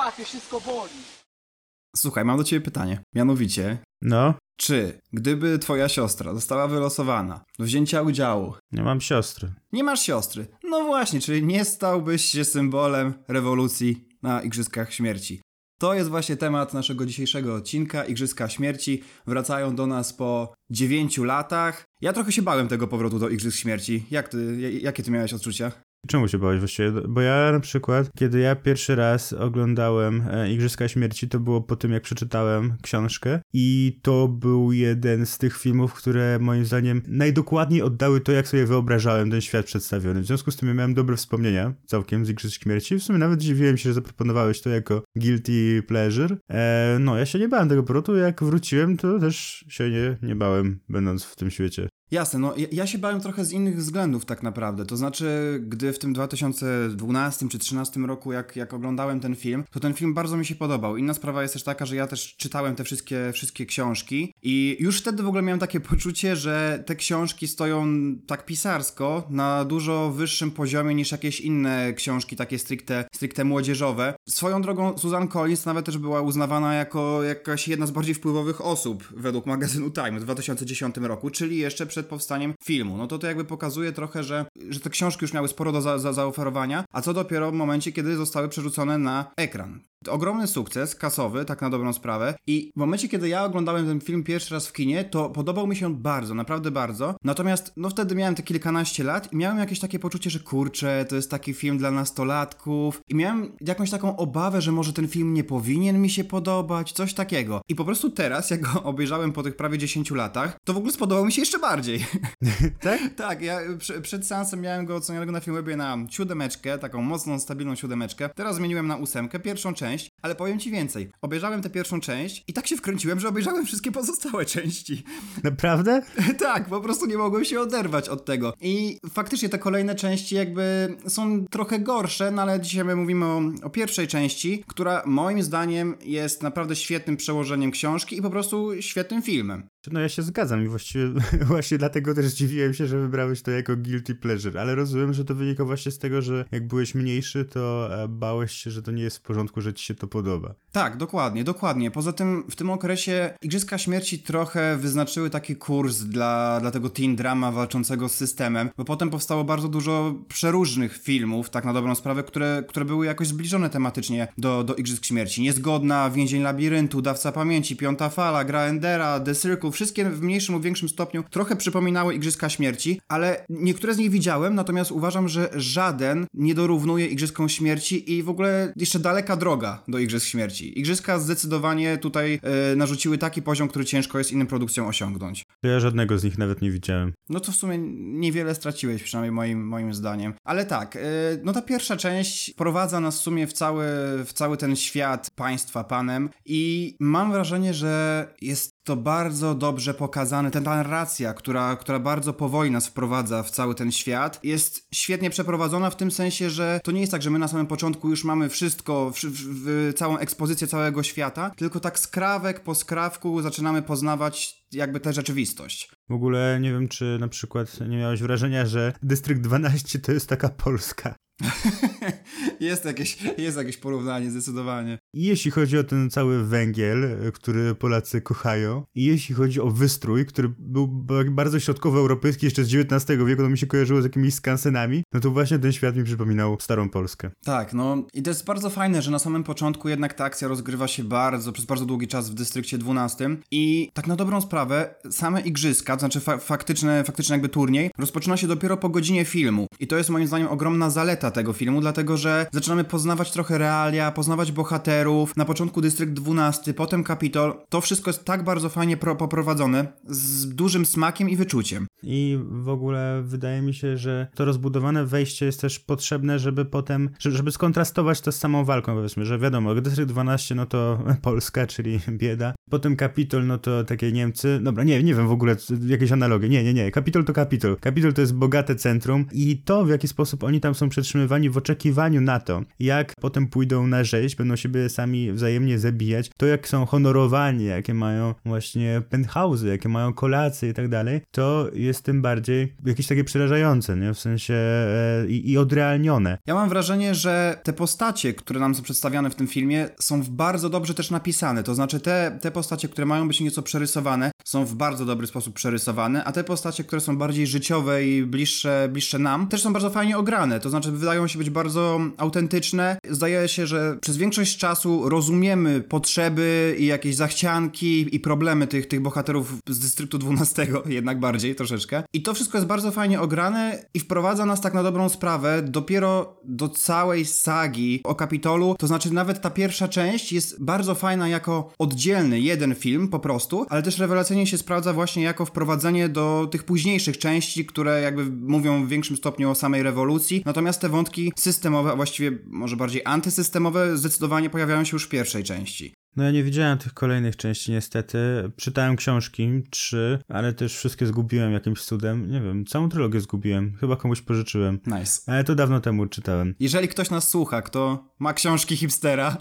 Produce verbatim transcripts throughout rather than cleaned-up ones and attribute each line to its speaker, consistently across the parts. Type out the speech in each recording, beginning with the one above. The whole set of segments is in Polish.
Speaker 1: łapie, wszystko boli.
Speaker 2: Słuchaj, mam do ciebie pytanie. Mianowicie,
Speaker 3: No?
Speaker 2: czy gdyby twoja siostra została wylosowana do wzięcia udziału...
Speaker 3: Nie mam siostry.
Speaker 2: Nie masz siostry. No właśnie, czyli nie stałbyś się symbolem rewolucji na Igrzyskach Śmierci. To jest właśnie temat naszego dzisiejszego odcinka. Igrzyska Śmierci wracają do nas po dziewięciu latach. Ja trochę się bałem tego powrotu do Igrzysk Śmierci. Jak ty, jakie ty miałeś odczucia?
Speaker 3: Czemu się bałeś właściwie? Bo ja na przykład, kiedy ja pierwszy raz oglądałem e, Igrzyska Śmierci, to było po tym, jak przeczytałem książkę i to był jeden z tych filmów, które moim zdaniem najdokładniej oddały to, jak sobie wyobrażałem ten świat przedstawiony. W związku z tym ja miałem dobre wspomnienia całkiem z Igrzysk Śmierci. W sumie nawet dziwiłem się, że zaproponowałeś to jako guilty pleasure. E, no, ja się nie bałem tego powrotu, jak wróciłem, to też się nie, nie bałem, będąc w tym świecie.
Speaker 2: Jasne, no ja, ja się bałem trochę z innych względów tak naprawdę, to znaczy gdy w tym dwa tysiące dwunastym czy trzynastym roku jak, jak oglądałem ten film, to ten film bardzo mi się podobał. Inna sprawa jest też taka, że ja też czytałem te wszystkie, wszystkie książki i już wtedy w ogóle miałem takie poczucie, że te książki stoją tak pisarsko na dużo wyższym poziomie niż jakieś inne książki takie stricte, stricte młodzieżowe. Swoją drogą Susan Collins nawet też była uznawana jako jakaś jedna z bardziej wpływowych osób według magazynu Time w dwa tysiące dziesiątym roku, czyli jeszcze przed powstaniem filmu. No to to jakby pokazuje trochę, że, że te książki już miały sporo do za, za, zaoferowania, a co dopiero w momencie, kiedy zostały przerzucone na ekran. Ogromny sukces kasowy, tak na dobrą sprawę, i w momencie, kiedy ja oglądałem ten film pierwszy raz w kinie, to podobał mi się on bardzo, naprawdę bardzo, natomiast no wtedy miałem te kilkanaście lat i miałem jakieś takie poczucie, że kurczę, to jest taki film dla nastolatków i miałem jakąś taką obawę, że może ten film nie powinien mi się podobać, coś takiego. I po prostu teraz, jak go obejrzałem po tych prawie dziesięciu latach, to w ogóle spodobał mi się jeszcze bardziej.
Speaker 3: Tak?
Speaker 2: Tak, ja przy, przed seansem miałem go ocenionego na Filmwebie na siódemeczkę, taką mocną, stabilną siódemeczkę. Teraz zmieniłem na ósemkę, pierwszą część, ale powiem ci więcej. Obejrzałem tę pierwszą część i tak się wkręciłem, że obejrzałem wszystkie pozostałe części.
Speaker 3: Naprawdę?
Speaker 2: Tak, po prostu nie mogłem się oderwać od tego. I faktycznie te kolejne części jakby są trochę gorsze, no ale dzisiaj my mówimy o, o pierwszej części, która moim zdaniem jest naprawdę świetnym przełożeniem książki i po prostu świetnym filmem.
Speaker 3: No ja się zgadzam i właściwie właśnie dlatego też zdziwiłem się, że wybrałeś to jako guilty pleasure, ale rozumiem, że to wynika właśnie z tego, że jak byłeś mniejszy, to bałeś się, że to nie jest w porządku, że ci się to podoba.
Speaker 2: Tak, dokładnie, dokładnie. Poza tym w tym okresie Igrzyska Śmierci trochę wyznaczyły taki kurs dla, dla tego teen drama walczącego z systemem, bo potem powstało bardzo dużo przeróżnych filmów, tak na dobrą sprawę, które, które były jakoś zbliżone tematycznie do, do Igrzysk Śmierci. Niezgodna, Więzień Labiryntu, Dawca Pamięci, Piąta Fala, Gra Endera, The Circle, wszystkie w mniejszym lub większym stopniu trochę przypominały Igrzyska Śmierci, ale niektóre z nich widziałem, natomiast uważam, że żaden nie dorównuje Igrzyskom Śmierci i w ogóle jeszcze daleka droga do Igrzysk Śmierci. Igrzyska zdecydowanie tutaj e, narzuciły taki poziom, który ciężko jest innym produkcjom osiągnąć.
Speaker 3: Ja żadnego z nich nawet nie widziałem.
Speaker 2: No to w sumie niewiele straciłeś, przynajmniej moim, moim zdaniem. Ale tak, e, no ta pierwsza część prowadza nas w sumie w cały, w cały ten świat państwa panem i mam wrażenie, że jest to bardzo dobrze pokazane. Ta narracja, która, która bardzo powoli nas wprowadza w cały ten świat, jest świetnie przeprowadzona w tym sensie, że to nie jest tak, że my na samym początku już mamy wszystko, w, w, w, całą ekspozycję całego świata, tylko tak skrawek po skrawku zaczynamy poznawać jakby tę rzeczywistość.
Speaker 3: W ogóle nie wiem, czy na przykład nie miałeś wrażenia, że Dystrykt dwanaście to jest taka Polska.
Speaker 2: jest, jakieś, jest jakieś porównanie, zdecydowanie.
Speaker 3: I jeśli chodzi o ten cały węgiel, który Polacy kochają, i jeśli chodzi o wystrój, który był bardzo środkowoeuropejski jeszcze z dziewiętnastego wieku, to mi się kojarzyło z jakimiś skansenami, no to właśnie ten świat mi przypominał starą Polskę.
Speaker 2: Tak, no i to jest bardzo fajne, że na samym początku jednak ta akcja rozgrywa się bardzo, przez bardzo długi czas w Dystrykcie dwunastym i tak na dobrą sprawę same igrzyska, to znaczy fa- faktyczne, faktyczny jakby turniej, rozpoczyna się dopiero po godzinie filmu i to jest moim zdaniem ogromna zaleta tego filmu, dlatego że zaczynamy poznawać trochę realia, poznawać bohaterów, na początku Dystrykt dwunasty, potem Kapitol, to wszystko jest tak bardzo fajnie pro- poprowadzone, z dużym smakiem i wyczuciem.
Speaker 3: I w ogóle wydaje mi się, że to rozbudowane wejście jest też potrzebne, żeby potem, żeby skontrastować to z samą walką, powiedzmy, że wiadomo, Dystrykt dwanaście no to Polska, czyli bieda, potem Kapitol no to takie Niemcy, dobra, nie, nie wiem w ogóle, jakieś analogie, nie, nie, nie, Kapitol to Kapitol, Kapitol to jest bogate centrum i to, w jaki sposób oni tam są przetrzymywani w oczekiwaniu na to, jak potem pójdą na rzeź, będą siebie sami wzajemnie zabijać, to jak są honorowani, jakie mają właśnie penthouse'y, jakie mają kolacje i tak dalej, to jest jest tym bardziej jakieś takie przerażające, nie? W sensie e, i, i odrealnione.
Speaker 2: Ja mam wrażenie, że te postacie, które nam są przedstawiane w tym filmie, są bardzo dobrze też napisane. To znaczy te, te postacie, które mają być nieco przerysowane, są w bardzo dobry sposób przerysowane, a te postacie, które są bardziej życiowe i bliższe, bliższe nam, też są bardzo fajnie ograne. To znaczy wydają się być bardzo autentyczne. Zdaje się, że przez większość czasu rozumiemy potrzeby i jakieś zachcianki i problemy tych, tych bohaterów z Dystryktu dwunastego, jednak bardziej troszeczkę. I to wszystko jest bardzo fajnie ograne i wprowadza nas tak na dobrą sprawę dopiero do całej sagi o Kapitolu. To znaczy nawet ta pierwsza część jest bardzo fajna jako oddzielny jeden film po prostu, ale też rewelacyjnie się sprawdza właśnie jako wprowadzenie do tych późniejszych części, które jakby mówią w większym stopniu o samej rewolucji. Natomiast te wątki systemowe, a właściwie może bardziej antysystemowe, zdecydowanie pojawiają się już w pierwszej części.
Speaker 3: No ja nie widziałem tych kolejnych części niestety. Czytałem książki, trzy, ale też wszystkie zgubiłem jakimś cudem. Nie wiem, całą trylogię zgubiłem. Chyba komuś pożyczyłem.
Speaker 2: Nice.
Speaker 3: Ale to dawno temu czytałem.
Speaker 2: Jeżeli ktoś nas słucha, kto ma książki hipstera...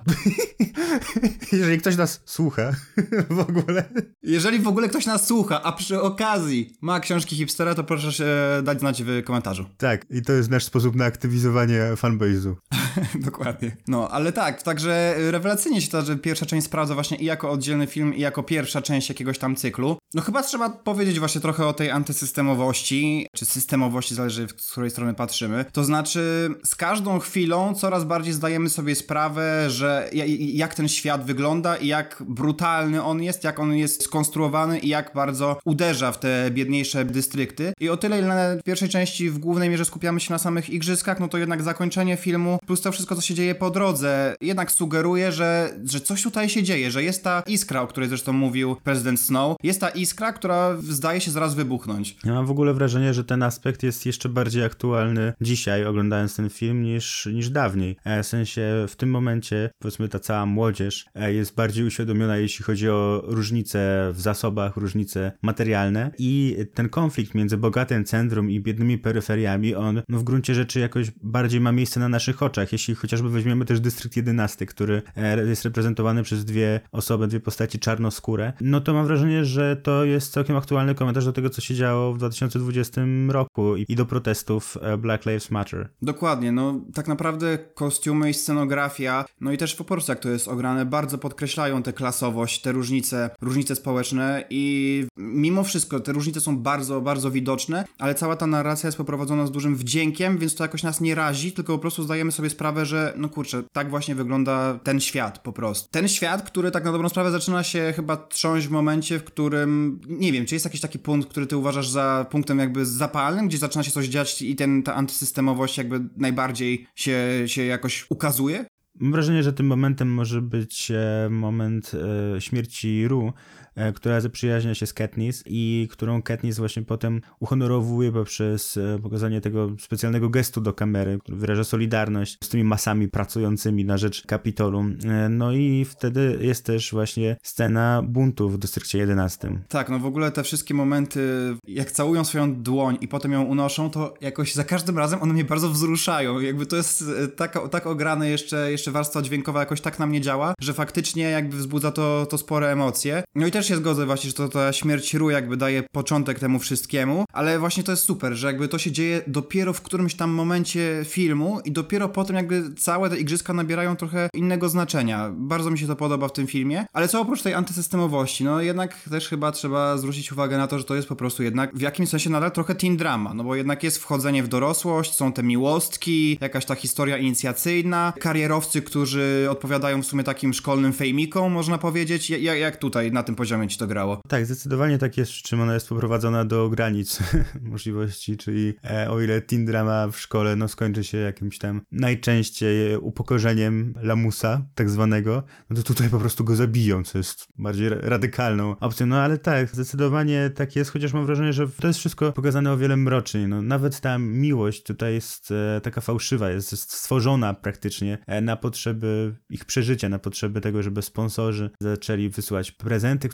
Speaker 3: Jeżeli ktoś nas słucha w ogóle...
Speaker 2: Jeżeli w ogóle ktoś nas słucha, a przy okazji ma książki hipstera, to proszę się dać znać w komentarzu.
Speaker 3: Tak, i to jest nasz sposób na aktywizowanie fanbase'u.
Speaker 2: Dokładnie. No, ale tak, także rewelacyjnie się ta że pierwsza część sprawdza właśnie i jako oddzielny film, i jako pierwsza część jakiegoś tam cyklu. No chyba trzeba powiedzieć właśnie trochę o tej antysystemowości, czy systemowości, zależy z której strony patrzymy. To znaczy z każdą chwilą coraz bardziej zdajemy sobie sprawę, że jak ten świat wygląda i jak brutalny on jest, jak on jest skonstruowany i jak bardzo uderza w te biedniejsze dystrykty. I o tyle, ile w pierwszej części w głównej mierze skupiamy się na samych igrzyskach, no to jednak zakończenie filmu plus to wszystko, co się dzieje po drodze, jednak sugeruje, że, że coś tutaj się dzieje, że jest ta iskra, o której zresztą mówił prezydent Snow, jest ta iskra, która zdaje się zaraz wybuchnąć.
Speaker 3: Ja mam w ogóle wrażenie, że ten aspekt jest jeszcze bardziej aktualny dzisiaj, oglądając ten film, niż, niż dawniej. W sensie w tym momencie, powiedzmy, ta cała młodzież jest bardziej uświadomiona, jeśli chodzi o różnice w zasobach, różnice materialne i ten konflikt między bogatym centrum i biednymi peryferiami, on no, w gruncie rzeczy jakoś bardziej ma miejsce na naszych oczach. Jeśli chociażby weźmiemy też Dystrykt jedenasty, który jest reprezentowany przez dwie osoby, dwie postaci czarnoskóre, no to mam wrażenie, że to jest całkiem aktualny komentarz do tego, co się działo w dwa tysiące dwudziestym roku i do protestów Black Lives Matter.
Speaker 2: Dokładnie, no tak naprawdę kostiumy i scenografia, no i też w proporcjach jak to jest ograne, bardzo podkreślają tę klasowość, te różnice, różnice społeczne i mimo wszystko te różnice są bardzo, bardzo widoczne, ale cała ta narracja jest poprowadzona z dużym wdziękiem, więc to jakoś nas nie razi, tylko po prostu zdajemy sobie sprawę, że no kurczę, tak właśnie wygląda ten świat po prostu. Ten świat, który tak na dobrą sprawę zaczyna się chyba trząść w momencie, w którym, nie wiem, czy jest jakiś taki punkt, który ty uważasz za punktem jakby zapalnym, gdzie zaczyna się coś dziać i ten, ta antysystemowość jakby najbardziej się, się jakoś ukazuje?
Speaker 3: Mam wrażenie, że tym momentem może być e, moment e, śmierci Rue, e, która zaprzyjaźnia się z Katniss i którą Katniss właśnie potem uhonorowuje poprzez e, pokazanie tego specjalnego gestu do kamery, który wyraża solidarność z tymi masami pracującymi na rzecz Kapitolu. E, no i wtedy jest też właśnie scena buntu w Dystrykcie jedenastym.
Speaker 2: Tak, no w ogóle te wszystkie momenty, jak całują swoją dłoń i potem ją unoszą, to jakoś za każdym razem one mnie bardzo wzruszają. Jakby to jest tak, tak ograne jeszcze, jeszcze warstwa dźwiękowa jakoś tak na mnie działa, że faktycznie jakby wzbudza to, to spore emocje. No i też się zgodzę właśnie, że to ta śmierć Rue jakby daje początek temu wszystkiemu, ale właśnie to jest super, że jakby to się dzieje dopiero w którymś tam momencie filmu i dopiero potem jakby całe te igrzyska nabierają trochę innego znaczenia. Bardzo mi się to podoba w tym filmie, ale co oprócz tej antysystemowości, no jednak też chyba trzeba zwrócić uwagę na to, że to jest po prostu jednak w jakimś sensie nadal trochę teen drama, no bo jednak jest wchodzenie w dorosłość, są te miłostki, jakaś ta historia inicjacyjna, karierowcy, którzy odpowiadają w sumie takim szkolnym fejmikom, można powiedzieć. Ja, jak tutaj na tym poziomie ci to grało?
Speaker 3: Tak, zdecydowanie tak jest, czym ona jest poprowadzona do granic możliwości, czyli e, o ile teen drama w szkole no skończy się jakimś tam najczęściej upokorzeniem lamusa, tak zwanego, no to tutaj po prostu go zabiją, co jest bardziej radykalną opcją. No ale tak, zdecydowanie tak jest, chociaż mam wrażenie, że to jest wszystko pokazane o wiele mroczniej. No, nawet ta miłość tutaj jest e, taka fałszywa, jest, jest stworzona praktycznie e, na potrzeby ich przeżycia, na potrzeby tego, żeby sponsorzy zaczęli wysyłać prezenty, które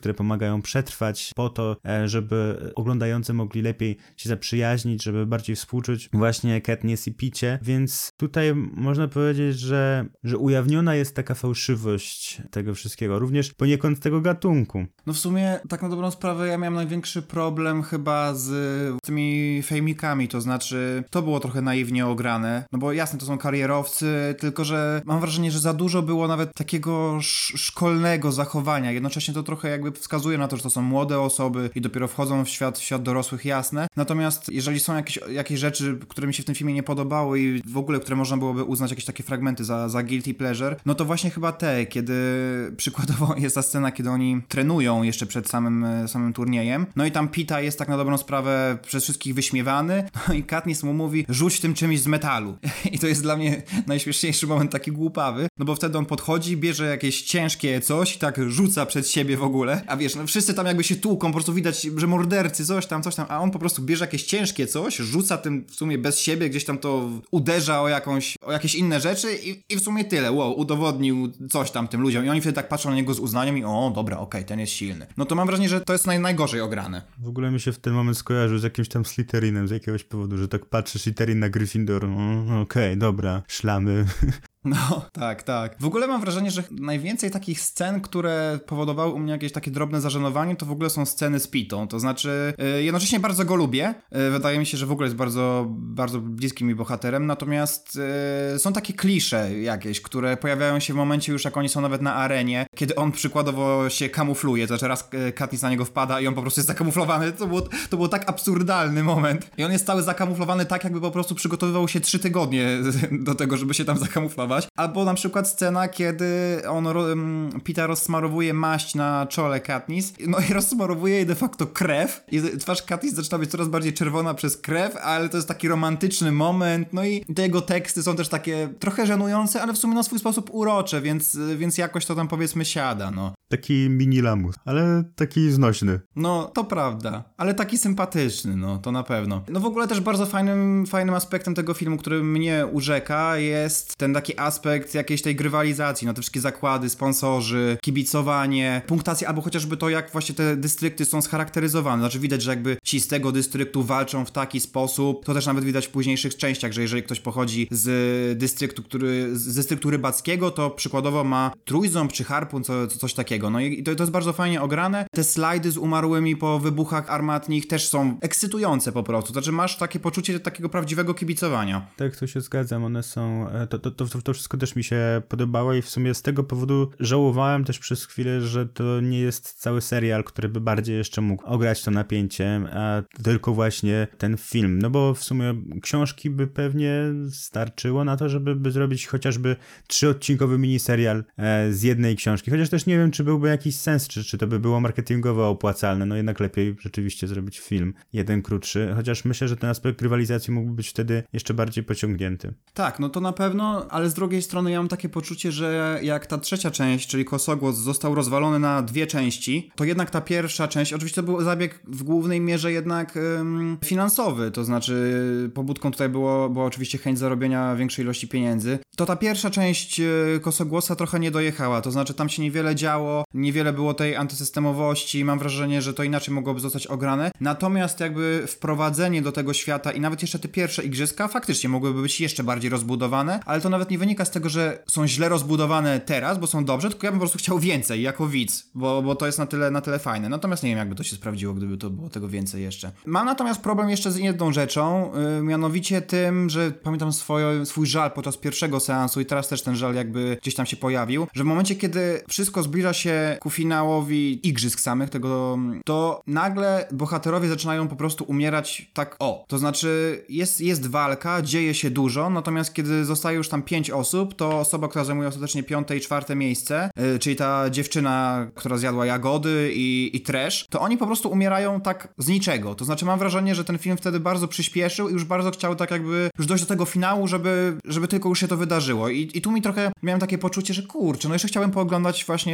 Speaker 3: które pomagają przetrwać po to, żeby oglądający mogli lepiej się zaprzyjaźnić, żeby bardziej współczuć właśnie Katniss i Picie, więc tutaj można powiedzieć, że, że ujawniona jest taka fałszywość tego wszystkiego, również poniekąd tego gatunku.
Speaker 2: No w sumie, tak na dobrą sprawę, ja miałem największy problem chyba z tymi fejmikami, to znaczy to było trochę naiwnie ograne, no bo jasne, to są karierowcy, tylko że mam wrażenie, że za dużo było nawet takiego sz- szkolnego zachowania, jednocześnie to trochę jakby wskazuje na to, że to są młode osoby i dopiero wchodzą w świat, w świat dorosłych, jasne, natomiast jeżeli są jakieś, jakieś rzeczy, które mi się w tym filmie nie podobały i w ogóle, które można byłoby uznać jakieś takie fragmenty za, za guilty pleasure, no to właśnie chyba te, kiedy przykładowo jest ta scena, kiedy oni trenują jeszcze przed samym, samym turniejem, no i tam Pita jest tak na dobrą sprawę przez wszystkich wyśmiewany, no i Katniss mu mówi, rzuć tym czymś z metalu. I to jest dla mnie najśmieszniejszy moment, taki głupawy, no bo wtedy on podchodzi, bierze jakieś ciężkie coś i tak rzuca przed siebie w ogóle, a wiesz, no wszyscy tam jakby się tłuką, po prostu widać, że mordercy, coś tam, coś tam, a on po prostu bierze jakieś ciężkie coś, rzuca tym w sumie bez siebie, gdzieś tam to uderza o jakąś, o jakieś inne rzeczy i, i w sumie tyle, wow, udowodnił coś tam tym ludziom i oni wtedy tak patrzą na niego z uznaniem i o, dobra, okej, okay, ten jest silny. No to mam wrażenie, że to jest naj, najgorzej ograne.
Speaker 3: W ogóle mi się w ten moment skojarzył z jakimś tam Slytherinem z jakiegoś powodu, że tak patrzy Slytherin na Gryffindor, mm, okej, okay, dobra, szlamy.
Speaker 2: No, tak, tak. W ogóle mam wrażenie, że najwięcej takich scen, które powodowały u mnie jakieś takie drobne zażenowanie, to w ogóle są sceny z Pitą. To znaczy, yy, jednocześnie bardzo go lubię. Yy, wydaje mi się, że w ogóle jest bardzo, bardzo bliskim mi bohaterem, natomiast yy, są takie klisze jakieś, które pojawiają się w momencie już, jak oni są nawet na arenie, kiedy on przykładowo się kamufluje. To znaczy raz yy, Katniss na niego wpada i on po prostu jest zakamuflowany. To było, to było tak absurdalny moment. I on jest cały zakamuflowany tak, jakby po prostu przygotowywał się trzy tygodnie do tego, żeby się tam zakamuflować. Albo na przykład scena, kiedy on, Pita rozsmarowuje maść na czole Katniss, no i rozsmarowuje jej de facto krew i twarz Katniss zaczyna być coraz bardziej czerwona przez krew, ale to jest taki romantyczny moment, no i te jego teksty są też takie trochę żenujące, ale w sumie na swój sposób urocze, więc, więc jakoś to tam powiedzmy siada, no.
Speaker 3: Taki mini lamus, ale taki znośny.
Speaker 2: No, to prawda, ale taki sympatyczny, no, to na pewno. No w ogóle też bardzo fajnym, fajnym aspektem tego filmu, który mnie urzeka, jest ten taki aspekt jakiejś tej grywalizacji, no te wszystkie zakłady, sponsorzy, kibicowanie, punktacja, albo chociażby to, jak właśnie te dystrykty są scharakteryzowane. Znaczy widać, że jakby ci z tego dystryktu walczą w taki sposób, to też nawet widać w późniejszych częściach, że jeżeli ktoś pochodzi z dystryktu, który, z dystryktu rybackiego, to przykładowo ma trójząb czy harpun, co, co, coś takiego. No i to, to jest bardzo fajnie ograne. Te slajdy z umarłymi po wybuchach armatnich też są ekscytujące po prostu. Znaczy masz takie poczucie takiego prawdziwego kibicowania.
Speaker 3: Tak, to się zgadzam. One są... To, to, to, to wszystko też mi się podobało i w sumie z tego powodu żałowałem też przez chwilę, że to nie jest cały serial, który by bardziej jeszcze mógł ograć to napięcie, a tylko właśnie ten film. No bo w sumie książki by pewnie starczyło na to, żeby by zrobić chociażby trzyodcinkowy miniserial e, z jednej książki. Chociaż też nie wiem, czy byłby jakiś sens, czy, czy to by było marketingowo opłacalne. No jednak lepiej rzeczywiście zrobić film, jeden krótszy. Chociaż myślę, że ten aspekt rywalizacji mógłby być wtedy jeszcze bardziej pociągnięty.
Speaker 2: Tak, no to na pewno, ale z drugiej strony ja mam takie poczucie, że jak ta trzecia część, czyli Kosogłos, został rozwalony na dwie części, to jednak ta pierwsza część, oczywiście to był zabieg w głównej mierze jednak ym, finansowy, to znaczy pobudką tutaj było, była oczywiście chęć zarobienia większej ilości pieniędzy, to ta pierwsza część y, Kosogłosa trochę nie dojechała, to znaczy tam się niewiele działo, niewiele było tej antysystemowości, mam wrażenie, że to inaczej mogłoby zostać ograne, natomiast jakby wprowadzenie do tego świata i nawet jeszcze te pierwsze igrzyska faktycznie mogłyby być jeszcze bardziej rozbudowane, ale to nawet nie wynika z tego, że są źle rozbudowane teraz, bo są dobrze, tylko ja bym po prostu chciał więcej jako widz, bo, bo to jest na tyle, na tyle fajne. Natomiast nie wiem, jakby to się sprawdziło, gdyby to było tego więcej jeszcze. Mam natomiast problem jeszcze z jedną rzeczą, yy, mianowicie tym, że pamiętam swoje, swój żal podczas pierwszego seansu i teraz też ten żal jakby gdzieś tam się pojawił, że w momencie, kiedy wszystko zbliża się ku finałowi igrzysk samych, tego, to nagle bohaterowie zaczynają po prostu umierać tak o. To znaczy jest, jest walka, dzieje się dużo, natomiast kiedy zostaje już tam pięć osób, to osoba, która zajmuje ostatecznie piąte i czwarte miejsce, yy, czyli ta dziewczyna, która zjadła jagody i, i trash, to oni po prostu umierają tak z niczego. To znaczy mam wrażenie, że ten film wtedy bardzo przyspieszył i już bardzo chciał tak jakby już dojść do tego finału, żeby, żeby tylko już się to wydarzyło. I, i tu mi trochę miałem takie poczucie, że kurczę, no jeszcze chciałem pooglądać właśnie te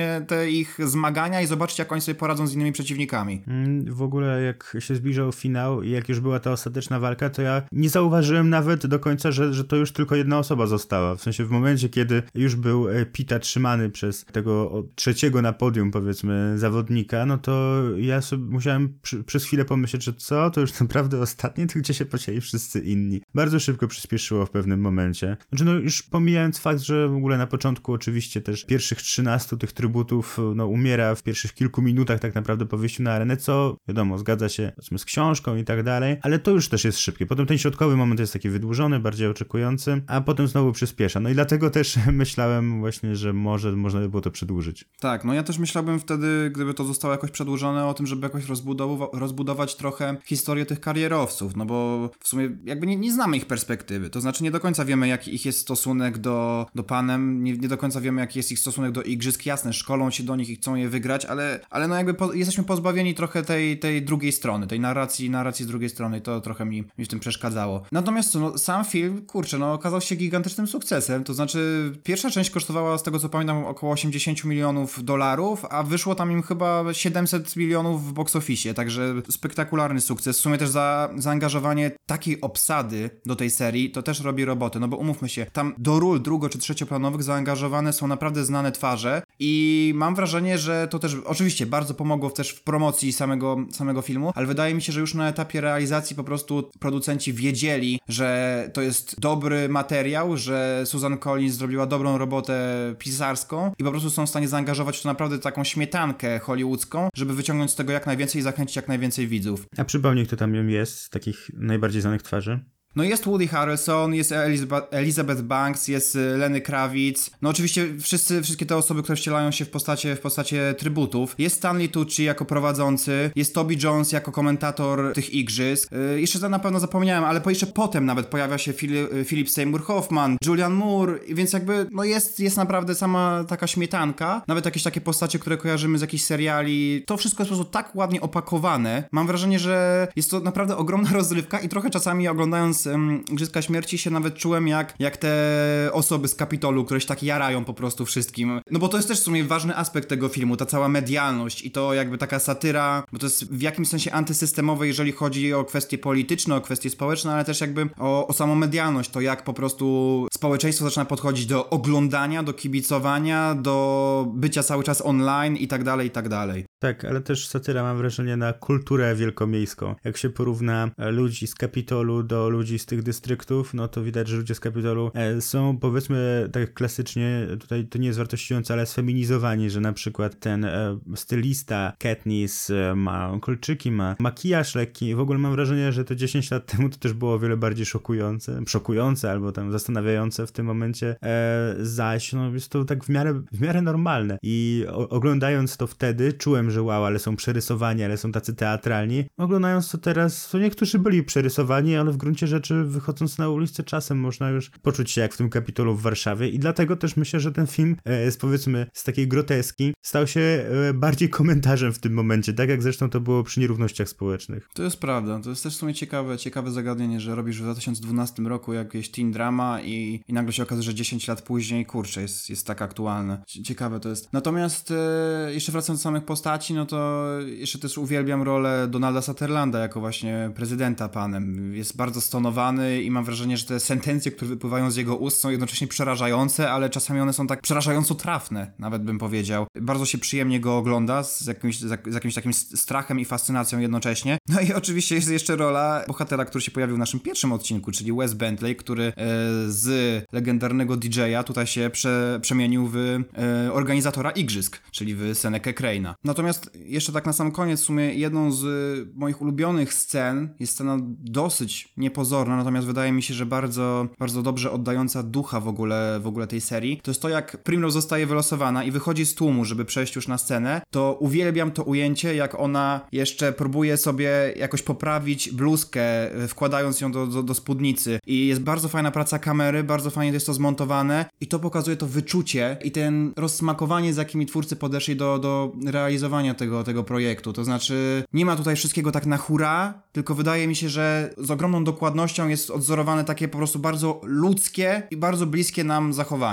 Speaker 2: te ich zmagania i zobaczyć, jak oni sobie poradzą z innymi przeciwnikami.
Speaker 3: W ogóle jak się zbliżał finał i jak już była ta ostateczna walka, to ja nie zauważyłem nawet do końca, że, że to już tylko jedna osoba została. W sensie w momencie, kiedy już był Pita trzymany przez tego trzeciego na podium, powiedzmy, zawodnika, no to ja sobie musiałem przy, przez chwilę pomyśleć, że co, to już naprawdę ostatnie, to gdzie się posieli wszyscy inni. Bardzo szybko przyspieszyło w pewnym momencie. Znaczy no już pomijając fakt, że w ogóle na początku oczywiście też pierwszych trzynastu tych trybutów no umiera w pierwszych kilku minutach tak naprawdę po wyjściu na arenę, co wiadomo, zgadza się powiedzmy z książką i tak dalej, ale to już też jest szybkie. Potem ten środkowy moment jest taki wydłużony, bardziej oczekujący, a potem znowu przyspiesza. No i dlatego też myślałem właśnie, że może można by było to przedłużyć.
Speaker 2: Tak, no ja też myślałbym wtedy, gdyby to zostało jakoś przedłużone, o tym, żeby jakoś rozbudowa- rozbudować trochę historię tych karierowców, no bo w sumie jakby nie, nie znamy ich perspektywy, to znaczy nie do końca wiemy, jaki ich jest stosunek do, do Panem, nie, nie do końca wiemy, jaki jest ich stosunek do igrzysk, jasne, szkolą się do nich i chcą je wygrać, ale, ale no jakby po, jesteśmy pozbawieni trochę tej, tej drugiej strony, tej narracji, narracji z drugiej strony i to trochę mi, mi w tym przeszkadzało. Natomiast co, no, sam film, kurczę, no okazał się gigantycznym sukcesem, to znaczy pierwsza część kosztowała, z tego co pamiętam, około osiemdziesiąt milionów dolarów, a wyszło tam im chyba siedemset milionów w box office, także spektakularny sukces. W sumie też za zaangażowanie takiej obsady do tej serii to też robi robotę, no bo umówmy się, tam do ról drugo- czy trzecioplanowych zaangażowane są naprawdę znane twarze i mam wrażenie, że to też oczywiście bardzo pomogło też w promocji samego, samego filmu, ale wydaje mi się, że już na etapie realizacji po prostu producenci wiedzieli, że to jest dobry materiał, że Susan Collins zrobiła dobrą robotę pisarską i po prostu są w stanie zaangażować w to naprawdę taką śmietankę hollywoodzką, żeby wyciągnąć z tego jak najwięcej i zachęcić jak najwięcej widzów.
Speaker 3: A przypomnij, kto tam jest z takich najbardziej znanych twarzy?
Speaker 2: No jest Woody Harrelson, jest Elizabeth, Elizabeth Banks, jest Lenny Kravitz. No oczywiście wszyscy, wszystkie te osoby, które wcielają się w postacie, w postacie trybutów. Jest Stanley Tucci jako prowadzący, jest Toby Jones jako komentator tych igrzysk. Yy, jeszcze to na pewno zapomniałem, ale po, jeszcze potem nawet pojawia się Philip, Philip Seymour Hoffman, Julianne Moore, więc jakby no jest, jest naprawdę sama taka śmietanka. Nawet jakieś takie postacie, które kojarzymy z jakichś seriali. To wszystko jest po prostu tak ładnie opakowane. Mam wrażenie, że jest to naprawdę ogromna rozrywka i trochę czasami oglądając Igrzyska Śmierci się nawet czułem jak, jak te osoby z Kapitolu, które się tak jarają po prostu wszystkim. No bo to jest też w sumie ważny aspekt tego filmu, ta cała medialność i to jakby taka satyra, bo to jest w jakimś sensie antysystemowe, jeżeli chodzi o kwestie polityczne, o kwestie społeczne, ale też jakby o, o samą medialność, to jak po prostu społeczeństwo zaczyna podchodzić do oglądania, do kibicowania, do bycia cały czas online i tak dalej, i tak dalej.
Speaker 3: Tak, ale też satyra, mam wrażenie, na kulturę wielkomiejską. Jak się porówna ludzi z Kapitolu do ludzi z tych dystryktów, no to widać, że ludzie z Kapitolu e, są, powiedzmy, tak klasycznie, tutaj to nie jest wartościujące, ale sfeminizowani, że na przykład ten e, stylista Katniss e, ma kolczyki, ma makijaż lekki. W ogóle mam wrażenie, że to dziesięć lat temu to też było o wiele bardziej szokujące, szokujące albo tam zastanawiające w tym momencie, e, zaś no jest to tak w miarę, w miarę normalne. I o, oglądając to wtedy, czułem, że wow, ale są przerysowani, ale są tacy teatralni. Oglądając to teraz, to niektórzy byli przerysowani, ale w gruncie rzeczy wychodząc na ulicę czasem można już poczuć się jak w tym Kapitolu w Warszawie i dlatego też myślę, że ten film e, z powiedzmy z takiej groteski stał się e, bardziej komentarzem w tym momencie, tak jak zresztą to było przy nierównościach społecznych.
Speaker 2: To jest prawda, to jest też w sumie ciekawe, ciekawe zagadnienie, że robisz w dwa tysiące dwunastym roku jakieś teen drama i, i nagle się okazuje, że dziesięć lat później, kurczę, jest, jest tak aktualne. Ciekawe to jest. Natomiast e, jeszcze wracając do samych postaci, no to jeszcze też uwielbiam rolę Donalda Sutherlanda jako właśnie prezydenta Panem. Jest bardzo stonowany i mam wrażenie, że te sentencje, które wypływają z jego ust są jednocześnie przerażające, ale czasami one są tak przerażająco trafne, nawet bym powiedział. Bardzo się przyjemnie go ogląda z jakimś, z jakimś takim strachem i fascynacją jednocześnie. No i oczywiście jest jeszcze rola bohatera, który się pojawił w naszym pierwszym odcinku, czyli Wes Bentley, który e, z legendarnego D J a tutaj się prze, przemienił w e, organizatora igrzysk, czyli w Senekę Crane'a. Natomiast jeszcze tak na sam koniec, w sumie jedną z moich ulubionych scen jest scena dosyć niepozorna, natomiast wydaje mi się, że bardzo, bardzo dobrze oddająca ducha w ogóle, w ogóle tej serii. To jest to, jak Primrose zostaje wylosowana i wychodzi z tłumu, żeby przejść już na scenę. To uwielbiam to ujęcie, jak ona jeszcze próbuje sobie jakoś poprawić bluzkę, wkładając ją do, do, do spódnicy. I jest bardzo fajna praca kamery, bardzo fajnie jest to zmontowane i to pokazuje to wyczucie i ten rozsmakowanie, z jakimi twórcy podeszli do, do realizowania tego, tego projektu. To znaczy, nie ma tutaj wszystkiego tak na hura, tylko wydaje mi się, że z ogromną dokładnością jest odzorowane takie po prostu bardzo ludzkie i bardzo bliskie nam zachowanie.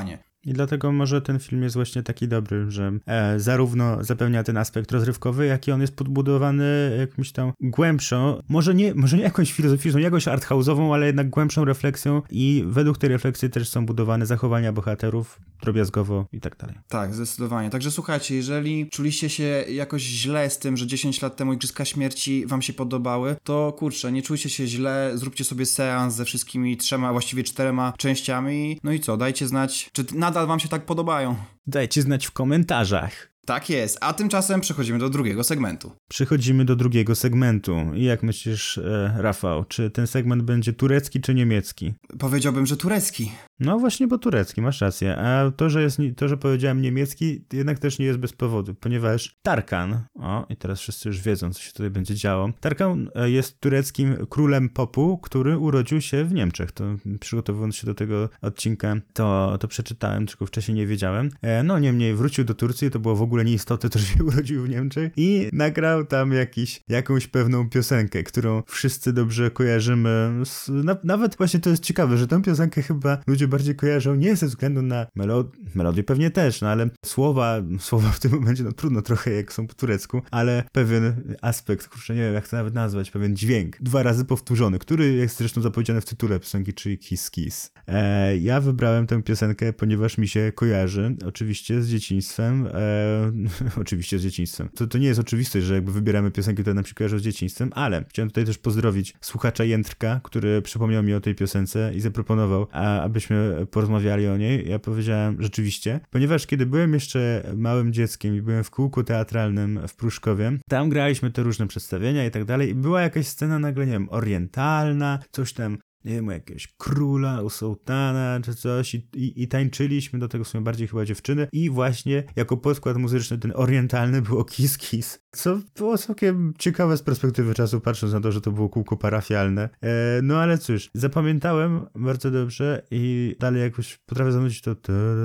Speaker 3: I dlatego może ten film jest właśnie taki dobry, że e, zarówno zapewnia ten aspekt rozrywkowy, jak i on jest podbudowany jakimś tam głębszą, może nie, może nie jakąś filozoficzną, jakąś arthouse'ową, ale jednak głębszą refleksją i według tej refleksji też są budowane zachowania bohaterów drobiazgowo i tak dalej.
Speaker 2: Tak, zdecydowanie. Także słuchajcie, jeżeli czuliście się jakoś źle z tym, że dziesięć lat temu Igrzyska Śmierci wam się podobały, to kurczę, nie czujcie się źle, zróbcie sobie seans ze wszystkimi trzema, właściwie czterema częściami, no i co, dajcie znać, czy nadal wam się tak podobają.
Speaker 3: Dajcie znać w komentarzach.
Speaker 2: Tak jest, a tymczasem przechodzimy do drugiego segmentu.
Speaker 3: Przechodzimy do drugiego segmentu. I jak myślisz, e, Rafał, czy ten segment będzie turecki czy niemiecki?
Speaker 2: Powiedziałbym, że turecki.
Speaker 3: No właśnie, bo turecki, masz rację. A to, że jest, to, że powiedziałem niemiecki, jednak też nie jest bez powodu, ponieważ Tarkan, o i teraz wszyscy już wiedzą, co się tutaj będzie działo. Tarkan jest tureckim królem popu, który urodził się w Niemczech. To przygotowując się do tego odcinka, to, to przeczytałem, tylko wcześniej nie wiedziałem. E, no niemniej wrócił do Turcji, to było w ogóle nieistotne, to, że się urodził w Niemczech i nagrał tam jakiś, jakąś pewną piosenkę, którą wszyscy dobrze kojarzymy. Z, na, nawet właśnie to jest ciekawe, że tę piosenkę chyba ludzie bardziej kojarzą nie ze względu na melod- melodię, pewnie też, no ale słowa, słowa w tym momencie, no trudno trochę jak są po turecku, ale pewien aspekt, kurczę, nie wiem jak to nawet nazwać, pewien dźwięk, dwa razy powtórzony, który jest zresztą zapowiedziany w tytule piosenki, czyli Kiss Kiss. E, ja wybrałem tę piosenkę, ponieważ mi się kojarzy, oczywiście z dzieciństwem, e, oczywiście z dzieciństwem. To, to nie jest oczywistość, że jakby wybieramy piosenki, które nam się kojarzą z dzieciństwem, ale chciałem tutaj też pozdrowić słuchacza Jędrka, który przypomniał mi o tej piosence i zaproponował, a, abyśmy porozmawiali o niej. Ja powiedziałem rzeczywiście, ponieważ kiedy byłem jeszcze małym dzieckiem i byłem w kółku teatralnym w Pruszkowie, tam graliśmy te różne przedstawienia i tak dalej i była jakaś scena nagle, nie wiem, orientalna, coś tam, nie wiem, jakiegoś króla, u sułtana czy coś i, i, i tańczyliśmy, do tego są bardziej chyba dziewczyny i właśnie jako podkład muzyczny ten orientalny było Kiss Kiss, co było całkiem ciekawe z perspektywy czasu, patrząc na to, że to było kółko parafialne. E, no ale cóż, zapamiętałem bardzo dobrze i dalej jakoś potrafię zanucić to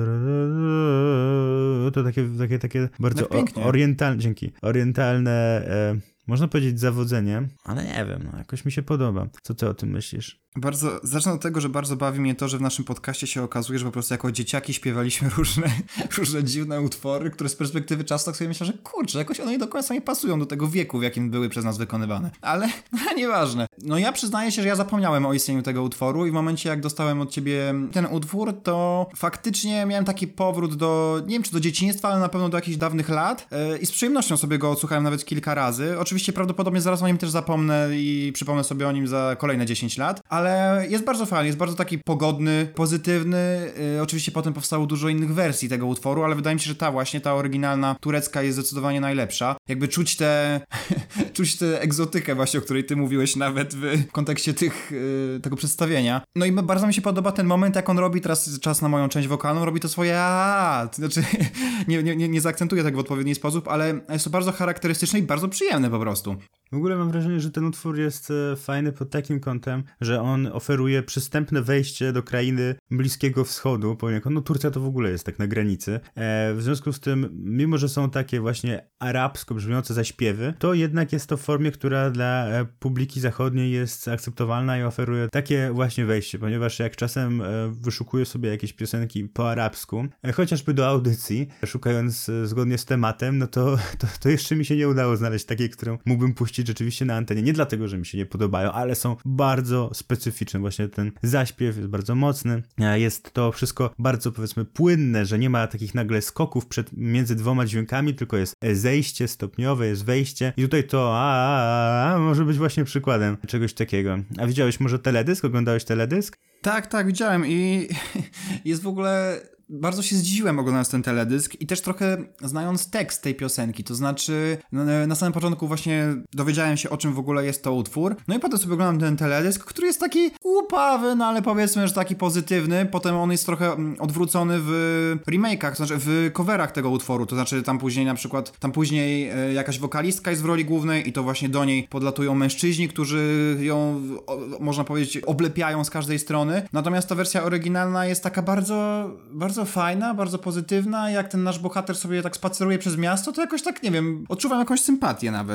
Speaker 3: to takie, takie, takie bardzo o, orientalne, dzięki, orientalne e, można powiedzieć zawodzenie, ale nie wiem, no jakoś mi się podoba. Co ty o tym myślisz?
Speaker 2: Bardzo, zacznę od tego, że bardzo bawi mnie to, że w naszym podcaście się okazuje, że po prostu jako dzieciaki śpiewaliśmy różne, różne dziwne utwory, które z perspektywy czasu tak sobie myślę, że kurczę, jakoś one nie do końca nie pasują do tego wieku, w jakim były przez nas wykonywane. Ale no, nieważne. No ja przyznaję się, że ja zapomniałem o istnieniu tego utworu i w momencie jak dostałem od ciebie ten utwór, to faktycznie miałem taki powrót do, nie wiem czy do dzieciństwa, ale na pewno do jakichś dawnych lat yy, i z przyjemnością sobie go odsłuchałem nawet kilka razy. Oczywiście prawdopodobnie zaraz o nim też zapomnę i przypomnę sobie o nim za kolejne dziesięć lat, ale jest bardzo fajny, jest bardzo taki pogodny, pozytywny. Yy, oczywiście potem powstało dużo innych wersji tego utworu, ale wydaje mi się, że ta właśnie, ta oryginalna turecka jest zdecydowanie najlepsza. Jakby czuć tę czuć tę egzotykę właśnie, o której ty mówiłeś nawet w kontekście tych, yy, tego przedstawienia. No i bardzo mi się podoba ten moment, jak on robi, teraz czas na moją część wokalną, robi to swoje aaa, znaczy nie, nie, nie, nie zaakcentuję tego w odpowiedni sposób, ale jest to bardzo charakterystyczne i bardzo przyjemne po prostu.
Speaker 3: W ogóle mam wrażenie, że ten utwór jest fajny pod takim kątem, że on oferuje przystępne wejście do krainy Bliskiego Wschodu, poniekąd, no Turcja to w ogóle jest tak na granicy. E, w związku z tym, mimo że są takie właśnie arabsko brzmiące zaśpiewy, to jednak jest to w formie, która dla publiki zachodniej jest akceptowalna i oferuje takie właśnie wejście, ponieważ jak czasem wyszukuję sobie jakieś piosenki po arabsku, chociażby do audycji, szukając zgodnie z tematem, no to, to, to jeszcze mi się nie udało znaleźć takiej, którą mógłbym puścić rzeczywiście na antenie. Nie dlatego, że mi się nie podobają, ale są bardzo specyficzne. Właśnie ten zaśpiew jest bardzo mocny. Jest to wszystko bardzo, powiedzmy, płynne, że nie ma takich nagle skoków przed, między dwoma dźwiękami, tylko jest zejście stopniowe, jest wejście i tutaj to a, a, a może być właśnie przykładem czegoś takiego. A widziałeś może teledysk? Oglądałeś teledysk?
Speaker 2: Tak, tak, widziałem i jest w ogóle... Bardzo się zdziwiłem oglądając ten teledysk i też trochę znając tekst tej piosenki, to znaczy na samym początku właśnie dowiedziałem się o czym w ogóle jest to utwór, no i potem sobie oglądam ten teledysk, który jest taki głupawy, no ale powiedzmy, że taki pozytywny, potem on jest trochę odwrócony w remake'ach, to znaczy w coverach tego utworu, to znaczy tam później na przykład, tam później jakaś wokalistka jest w roli głównej i to właśnie do niej podlatują mężczyźni, którzy ją, można powiedzieć, oblepiają z każdej strony, natomiast ta wersja oryginalna jest taka bardzo, bardzo Bardzo fajna, bardzo pozytywna, jak ten nasz bohater sobie tak spaceruje przez miasto, to jakoś tak, nie wiem, odczuwam jakąś sympatię nawet.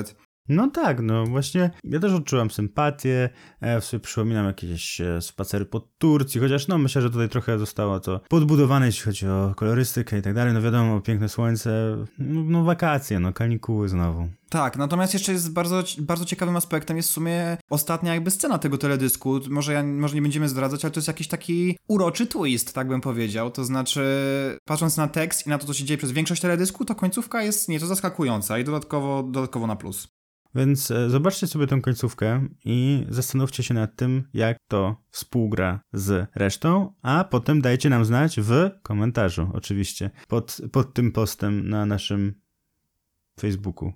Speaker 3: No tak, no właśnie ja też odczułam sympatię, ja sobie przypominam jakieś spacery po Turcji, chociaż no myślę, że tutaj trochę zostało to podbudowane, jeśli chodzi o kolorystykę i tak dalej, no wiadomo, piękne słońce, no, no wakacje, no kanikuły znowu.
Speaker 2: Tak, natomiast jeszcze jest bardzo, bardzo ciekawym aspektem jest w sumie ostatnia jakby scena tego teledysku. Może, ja, może nie będziemy zdradzać, ale to jest jakiś taki uroczy twist, tak bym powiedział. To znaczy, patrząc na tekst i na to, co się dzieje przez większość teledysku, to końcówka jest nieco zaskakująca i dodatkowo, dodatkowo na plus.
Speaker 3: Więc e, zobaczcie sobie tą końcówkę i zastanówcie się nad tym, jak to współgra z resztą, a potem dajcie nam znać w komentarzu, oczywiście, pod, pod tym postem na naszym Facebooku.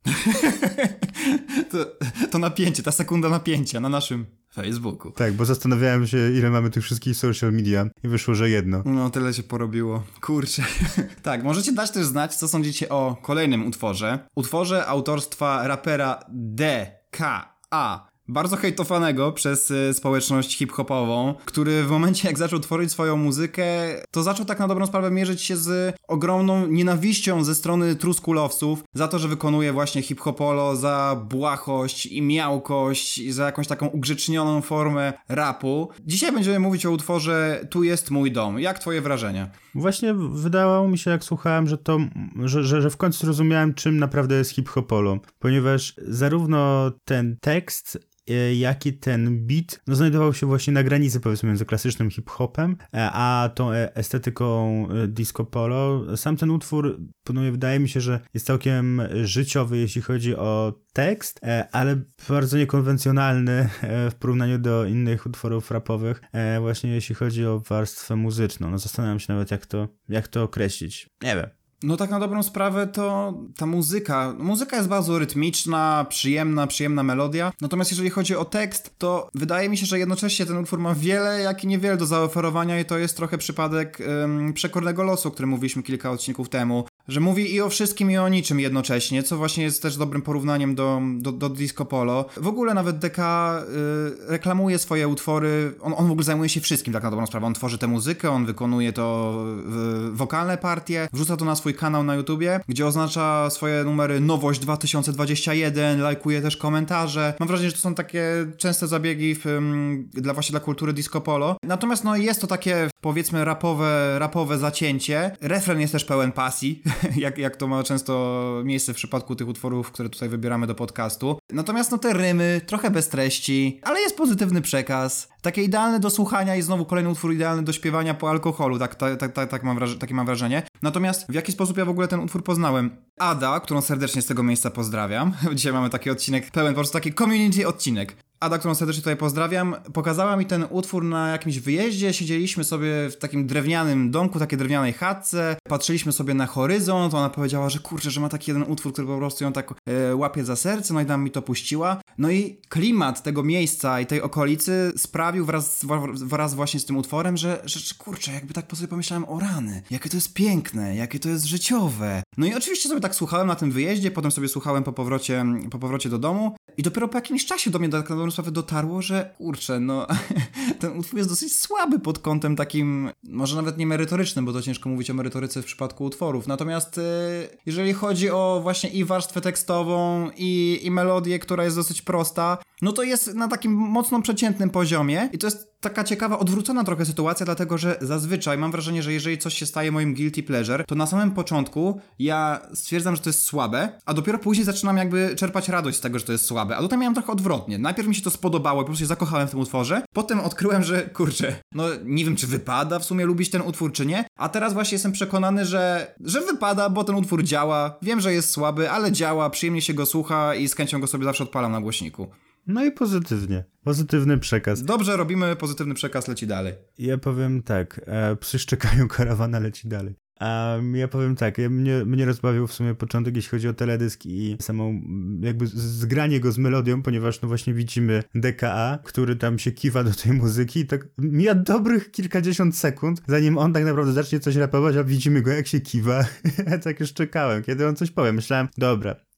Speaker 2: to, to napięcie, ta sekunda napięcia na naszym Facebooku.
Speaker 3: Tak, bo zastanawiałem się, ile mamy tych wszystkich social media i wyszło, że jedno.
Speaker 2: No, tyle się porobiło. Kurczę. Tak, możecie dać też znać, co sądzicie o kolejnym utworze. Utworze autorstwa rapera D K A. Bardzo hejtowanego przez y, społeczność hip-hopową, który w momencie jak zaczął tworzyć swoją muzykę, to zaczął tak na dobrą sprawę mierzyć się z ogromną nienawiścią ze strony truskulowców za to, że wykonuje właśnie hip-hopolo, za błahość i miałkość, i za jakąś taką ugrzecznioną formę rapu. Dzisiaj będziemy mówić o utworze Tu jest mój dom. Jak twoje wrażenia?
Speaker 3: Właśnie wydawało mi się, jak słuchałem, że to, że, że, że w końcu zrozumiałem, czym naprawdę jest hip-hopolo, ponieważ zarówno ten tekst, jak i ten beat no, znajdował się właśnie na granicy, powiedzmy, między klasycznym hip-hopem, a tą estetyką disco polo. Sam ten utwór, no, wydaje mi się, że jest całkiem życiowy, jeśli chodzi o tekst, ale bardzo niekonwencjonalny w porównaniu do innych utworów rapowych, właśnie jeśli chodzi o warstwę muzyczną. No zastanawiam się nawet, jak to, jak to określić. Nie wiem.
Speaker 2: No tak na dobrą sprawę to ta muzyka, muzyka jest bardzo rytmiczna, przyjemna, przyjemna melodia, natomiast jeżeli chodzi o tekst, to wydaje mi się, że jednocześnie ten utwór ma wiele, jak i niewiele do zaoferowania i to jest trochę przypadek um, Przekornego losu, o którym mówiliśmy kilka odcinków temu, że mówi i o wszystkim i o niczym jednocześnie, co właśnie jest też dobrym porównaniem do, do, do disco polo. W ogóle nawet D K y, reklamuje swoje utwory, on, on w ogóle zajmuje się wszystkim tak na dobrą sprawę, on tworzy tę muzykę, on wykonuje to y, wokalne partie, wrzuca to na swój kanał na YouTubie, gdzie oznacza swoje numery Nowość dwa tysiące dwadzieścia jeden, lajkuje też komentarze. Mam wrażenie, że to są takie częste zabiegi w, um, dla właśnie dla kultury disco polo. Natomiast no jest to takie powiedzmy rapowe, rapowe zacięcie. Refren jest też pełen pasji, jak, jak to ma często miejsce w przypadku tych utworów, które tutaj wybieramy do podcastu. Natomiast no te rymy, trochę bez treści, ale jest pozytywny przekaz. Takie idealne do słuchania i znowu kolejny utwór idealny do śpiewania po alkoholu, tak, tak, tak, tak, tak mam wraż- takie mam wrażenie. Natomiast w jaki sposób ja w ogóle ten utwór poznałem? Ada, którą serdecznie z tego miejsca pozdrawiam. Dzisiaj mamy taki odcinek pełen, po prostu taki community odcinek. Ada, którą serdecznie tutaj pozdrawiam, pokazała mi ten utwór na jakimś wyjeździe, siedzieliśmy sobie w takim drewnianym domku, takiej drewnianej chatce, patrzyliśmy sobie na horyzont, ona powiedziała, że kurczę, że ma taki jeden utwór, który po prostu ją tak e, łapie za serce, no i nam mi to puściła. No i klimat tego miejsca i tej okolicy sprawił wraz, wraz właśnie z tym utworem, że, że kurczę, jakby tak po sobie pomyślałem, o rany, jakie to jest piękne, jakie to jest życiowe. No i oczywiście sobie tak słuchałem na tym wyjeździe, potem sobie słuchałem po powrocie, po powrocie do domu i dopiero po jakimś czasie do mnie tak na dobrą sprawę dotarło, że kurczę, no ten utwór jest dosyć słaby pod kątem takim, może nawet nie merytorycznym, bo to ciężko mówić o merytoryce w przypadku utworów. Natomiast yy, jeżeli chodzi o właśnie i warstwę tekstową i, i melodię, która jest dosyć prosta, no to jest na takim mocno przeciętnym poziomie i to jest taka ciekawa, odwrócona trochę sytuacja, dlatego że zazwyczaj mam wrażenie, że jeżeli coś się staje moim guilty pleasure, to na samym początku ja stwierdzam, że to jest słabe, a dopiero później zaczynam jakby czerpać radość z tego, że to jest słabe. A tutaj miałem trochę odwrotnie. Najpierw mi się to spodobało i po prostu się zakochałem w tym utworze, potem odkryłem, że kurczę, no nie wiem, czy wypada w sumie lubić ten utwór, czy nie, a teraz właśnie jestem przekonany, że, że wypada, bo ten utwór działa, wiem, że jest słaby, ale działa, przyjemnie się go słucha i z chęcią go sobie zawsze odpalam na głośniku.
Speaker 3: No i pozytywnie. Pozytywny przekaz.
Speaker 2: Dobrze robimy, pozytywny przekaz leci dalej.
Speaker 3: Ja powiem tak, e, psy szczekają, karawana leci dalej. A ja powiem tak, ja mnie, mnie rozbawił w sumie początek, jeśli chodzi o teledysk i samą jakby zgranie go z melodią, ponieważ no właśnie widzimy D K A, który tam się kiwa do tej muzyki i tak mija dobrych kilkadziesiąt sekund, zanim on tak naprawdę zacznie coś rapować, a widzimy go jak się kiwa. Ja tak już czekałem, kiedy on coś powie. Myślałem, dobra,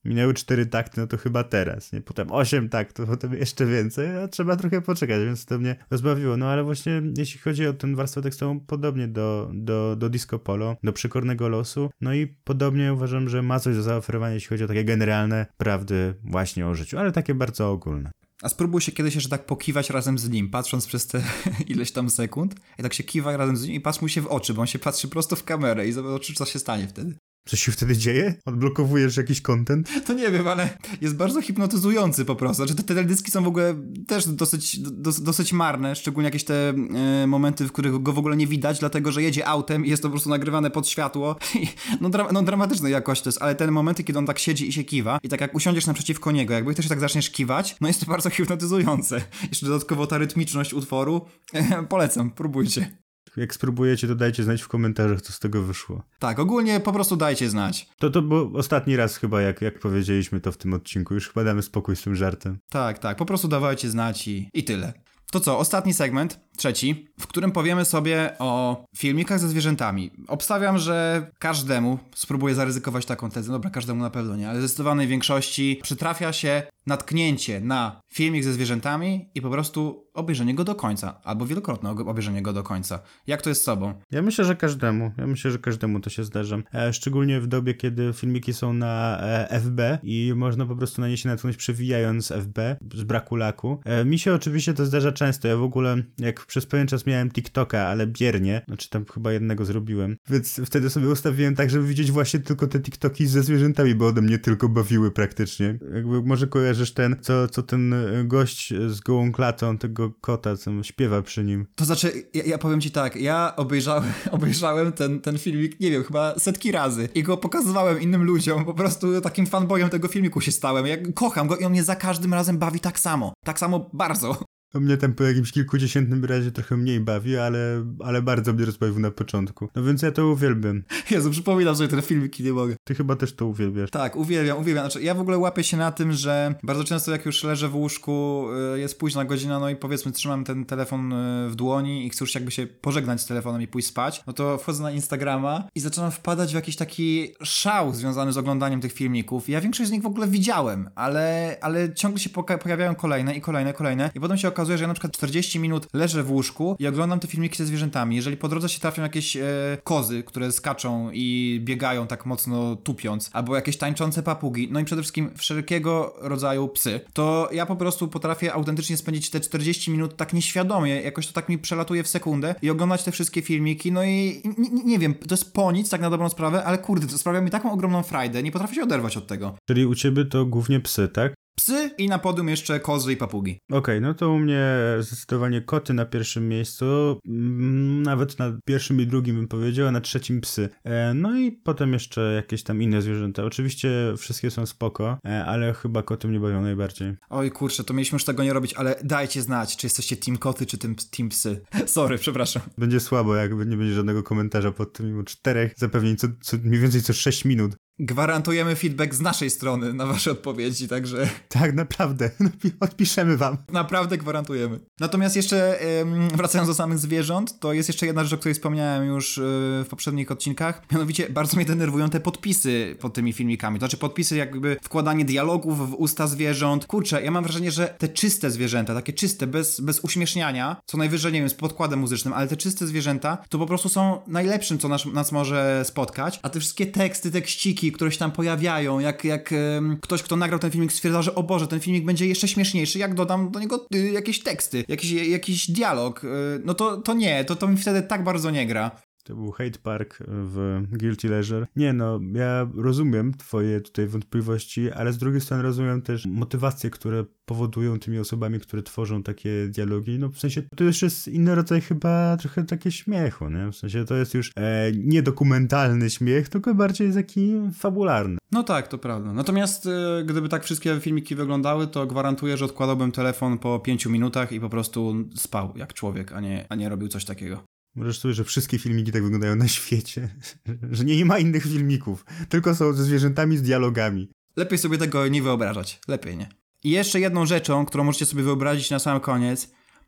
Speaker 3: minęły cztery takty, no to chyba teraz, nie? Potem osiem taktów, potem jeszcze więcej, a trzeba trochę poczekać, więc to mnie rozbawiło. No ale właśnie jeśli chodzi o tę warstwę tekstową, podobnie do, do, do Disco Polo, do Przekornego losu, no i podobnie uważam, że ma coś do zaoferowania, jeśli chodzi o takie generalne prawdy właśnie o życiu, ale takie bardzo ogólne.
Speaker 2: A spróbuj się kiedyś jeszcze tak pokiwać razem z nim, patrząc przez te ileś tam sekund i tak się kiwaj razem z nim i patrz mu się w oczy, bo on się patrzy prosto w kamerę i zobaczy, co się stanie wtedy.
Speaker 3: Co się wtedy dzieje? Odblokowujesz jakiś content?
Speaker 2: To nie wiem, ale jest bardzo hipnotyzujący po prostu. Znaczy te teledyski są w ogóle też dosyć, dos, dosyć marne, szczególnie jakieś te e, momenty, w których go w ogóle nie widać, dlatego że jedzie autem i jest to po prostu nagrywane pod światło. I, no, dra, no dramatyczne jakoś to jest, ale te momenty, kiedy on tak siedzi i się kiwa i tak jak usiądziesz naprzeciwko niego, jakby też tak zaczniesz kiwać, no jest to bardzo hipnotyzujące. Jeszcze dodatkowo ta rytmiczność utworu. E, polecam, próbujcie.
Speaker 3: Jak spróbujecie, to dajcie znać w komentarzach, co z tego wyszło.
Speaker 2: Tak, ogólnie po prostu dajcie znać.
Speaker 3: To to był ostatni raz chyba, jak, jak powiedzieliśmy to w tym odcinku. Już chyba damy spokój z tym żartem.
Speaker 2: Tak, tak, po prostu dawajcie znać i, i tyle. To co, ostatni segment, trzeci, w którym powiemy sobie o filmikach ze zwierzętami. Obstawiam, że każdemu, spróbuję zaryzykować taką tezę, dobra, każdemu na pewno nie, ale zdecydowanej większości przytrafia się natknięcie na filmik ze zwierzętami i po prostu obejrzenie go do końca, albo wielokrotne obejrzenie go do końca. Jak to jest z tobą?
Speaker 3: Ja myślę, że każdemu. Ja myślę, że każdemu to się zdarza. E, szczególnie w dobie, kiedy filmiki są na e, F B i można po prostu na nie się natknąć przewijając F B z braku laku. E, mi się oczywiście to zdarza często. Ja w ogóle, jak przez pewien czas miałem TikToka, ale biernie, znaczy tam chyba jednego zrobiłem, więc wtedy sobie ustawiłem tak, żeby widzieć właśnie tylko te TikToki ze zwierzętami, bo one mnie tylko bawiły praktycznie. Jakby może kojarzysz ten, co, co ten gość z gołą klatą, tego kota, co śpiewa przy nim.
Speaker 2: To znaczy, ja, ja powiem ci tak, ja obejrzałem, obejrzałem ten, ten filmik, nie wiem, chyba setki razy i go pokazywałem innym ludziom, po prostu takim fanboyem tego filmiku się stałem. Ja kocham go i on mnie za każdym razem bawi tak samo, tak samo bardzo.
Speaker 3: Mnie tam po jakimś kilkudziesiętnym razie trochę mniej bawi, ale, ale bardzo mnie rozbawił na początku. No więc ja to uwielbiam.
Speaker 2: Jezu, przypominam sobie ten filmik i nie mogę.
Speaker 3: Ty chyba też to uwielbiasz.
Speaker 2: Tak, uwielbiam, uwielbiam. Znaczy, ja w ogóle łapię się na tym, że bardzo często jak już leżę w łóżku, jest późna godzina, no i powiedzmy trzymam ten telefon w dłoni i chcę już jakby się pożegnać z telefonem i pójść spać, no to wchodzę na Instagrama i zaczynam wpadać w jakiś taki szał związany z oglądaniem tych filmików. Ja większość z nich w ogóle widziałem, ale, ale ciągle się pojawiają kolejne i kolejne, kolejne i potem się okazuje, że ja na przykład czterdzieści minut leżę w łóżku i oglądam te filmiki ze zwierzętami. Jeżeli po drodze się trafią jakieś e, kozy, które skaczą i biegają tak mocno tupiąc, albo jakieś tańczące papugi, no i przede wszystkim wszelkiego rodzaju psy, to ja po prostu potrafię autentycznie spędzić te czterdzieści minut tak nieświadomie, jakoś to tak mi przelatuje w sekundę i oglądać te wszystkie filmiki, no i nie, nie wiem, to jest po nic tak na dobrą sprawę, ale kurde, to sprawia mi taką ogromną frajdę, nie potrafię się oderwać od tego.
Speaker 3: Czyli u ciebie to głównie psy, tak?
Speaker 2: Psy i na podium jeszcze kozy i papugi.
Speaker 3: Okej, okay, no to u mnie zdecydowanie koty na pierwszym miejscu, nawet na pierwszym i drugim bym powiedział, a na trzecim psy. E, no i potem jeszcze jakieś tam inne zwierzęta. Oczywiście wszystkie są spoko, e, ale chyba koty mnie bawią najbardziej.
Speaker 2: Oj kurczę, to mieliśmy już tego nie robić, ale dajcie znać, czy jesteście team koty, czy team, team psy. Sorry, przepraszam.
Speaker 3: Będzie słabo, jak nie będzie żadnego komentarza pod tym, mimo czterech zapewnień, co, co mniej więcej co sześć minut.
Speaker 2: Gwarantujemy feedback z naszej strony na wasze odpowiedzi, także...
Speaker 3: Tak, naprawdę. Odpiszemy wam.
Speaker 2: Naprawdę gwarantujemy. Natomiast jeszcze ym, wracając do samych zwierząt, to jest jeszcze jedna rzecz, o której wspomniałem już yy, w poprzednich odcinkach. Mianowicie bardzo mnie denerwują te podpisy pod tymi filmikami. To znaczy podpisy jakby wkładanie dialogów w usta zwierząt. Kurczę, ja mam wrażenie, że te czyste zwierzęta, takie czyste, bez, bez uśmieszniania, co najwyżej, nie wiem, z podkładem muzycznym, ale te czyste zwierzęta to po prostu są najlepszym, co nas, nas może spotkać. A te wszystkie teksty, tekściki, które się tam pojawiają, jak, jak um, ktoś, kto nagrał ten filmik, stwierdza, że o Boże, ten filmik będzie jeszcze śmieszniejszy, jak dodam do niego y, jakieś teksty, jakiś, jakiś dialog, y, no to, to nie, to, to mi wtedy tak bardzo nie gra.
Speaker 3: To był Hate Park w Guilty Pleasure. Nie no, ja rozumiem twoje tutaj wątpliwości, ale z drugiej strony rozumiem też motywacje, które powodują tymi osobami, które tworzą takie dialogi. No w sensie to już jest inny rodzaj chyba trochę takie śmiechu, nie? W sensie to jest już e, nie dokumentalny śmiech, tylko bardziej taki fabularny.
Speaker 2: No tak, to prawda. Natomiast y, gdyby tak wszystkie filmiki wyglądały, to gwarantuję, że odkładałbym telefon po pięciu minutach i po prostu spał jak człowiek, a nie, a nie robił coś takiego.
Speaker 3: Możesz sobie, że wszystkie filmiki tak wyglądają na świecie, że nie ma innych filmików, tylko są ze zwierzętami z dialogami.
Speaker 2: Lepiej sobie tego nie wyobrażać, lepiej nie. I jeszcze jedną rzeczą, którą możecie sobie wyobrazić na sam koniec,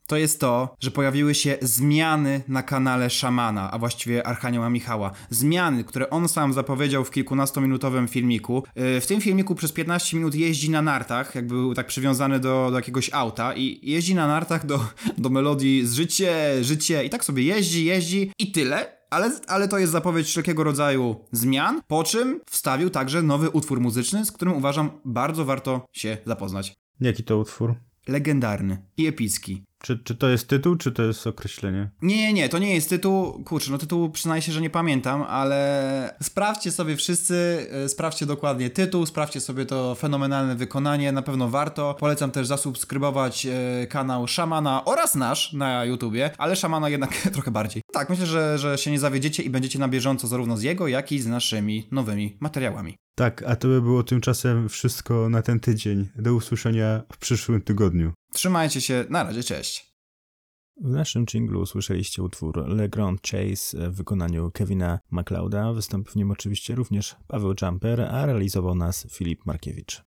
Speaker 2: to jest to, że pojawiły się zmiany na kanale Szamana, a właściwie Archanioła Michała. Zmiany, które on sam zapowiedział w kilkunastominutowym filmiku. W tym filmiku przez piętnaście minut jeździ na nartach, jakby był tak przywiązany do, do jakiegoś auta i jeździ na nartach do, do melodii z życie, życie i tak sobie jeździ, jeździ i tyle. Ale, ale to jest zapowiedź wszelkiego rodzaju zmian, po czym wstawił także nowy utwór muzyczny, z którym uważam bardzo warto się zapoznać.
Speaker 3: Jaki to utwór?
Speaker 2: Legendarny i epicki.
Speaker 3: Czy, czy to jest tytuł, czy to jest określenie?
Speaker 2: Nie, nie, nie, to nie jest tytuł. Kurczę, no tytuł przyznaję się, że nie pamiętam, ale sprawdźcie sobie wszyscy, sprawdźcie dokładnie tytuł, sprawdźcie sobie to fenomenalne wykonanie, na pewno warto. Polecam też zasubskrybować e, kanał Szamana oraz nasz na YouTubie, ale Szamana jednak trochę bardziej. Tak, myślę, że, że się nie zawiedziecie i będziecie na bieżąco zarówno z jego, jak i z naszymi nowymi materiałami.
Speaker 3: Tak, a to by było tymczasem wszystko na ten tydzień. Do usłyszenia w przyszłym tygodniu.
Speaker 2: Trzymajcie się, na razie, cześć.
Speaker 1: W naszym dżinglu usłyszeliście utwór Le Grand Chase w wykonaniu Kevina MacLeoda. Wystąpił w nim oczywiście również Paweł Jumper, a realizował nas Filip Markiewicz.